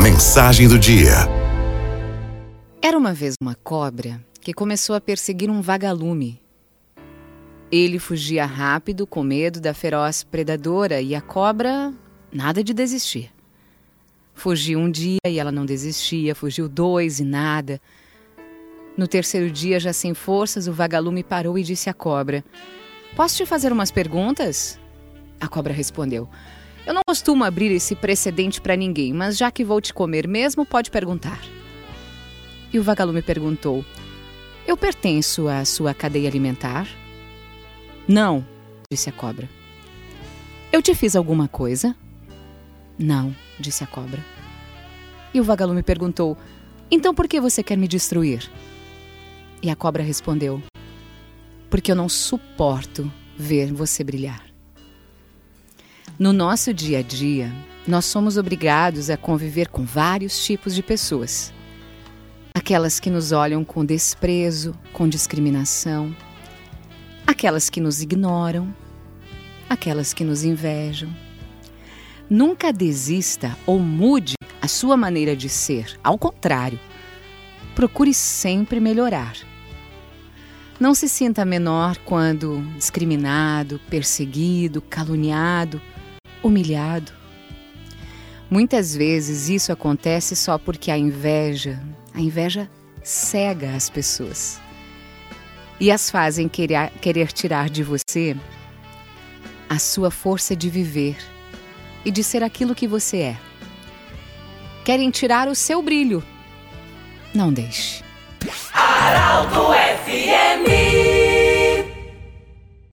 mensagem do dia. Era uma vez uma cobra que começou a perseguir um vagalume. Ele fugia rápido, com medo da feroz predadora, e a cobra nada de desistir. Fugiu um dia e ela não desistia, fugiu 2 e nada. No 3º dia, já sem forças, o vagalume parou e disse à cobra: "Posso te fazer umas perguntas?" A cobra respondeu: "Eu não costumo abrir esse precedente para ninguém, mas já que vou te comer mesmo, pode perguntar." E o vagalume perguntou: "Eu pertenço à sua cadeia alimentar?" "Não", disse a cobra. "Eu te fiz alguma coisa?" "Não", disse a cobra. E o vagalume perguntou: "Então por que você quer me destruir?" E a cobra respondeu: "Porque eu não suporto ver você brilhar." No nosso dia a dia, nós somos obrigados a conviver com vários tipos de pessoas. Aquelas que nos olham com desprezo, com discriminação. Aquelas que nos ignoram. Aquelas que nos invejam. Nunca desista ou mude a sua maneira de ser. Ao contrário, procure sempre melhorar. Não se sinta menor quando discriminado, perseguido, caluniado, humilhado. Muitas vezes isso acontece só porque a inveja cega as pessoas e as fazem querer tirar de você a sua força de viver e de ser aquilo que você é. Querem tirar o seu brilho. Não deixe. Arauto FM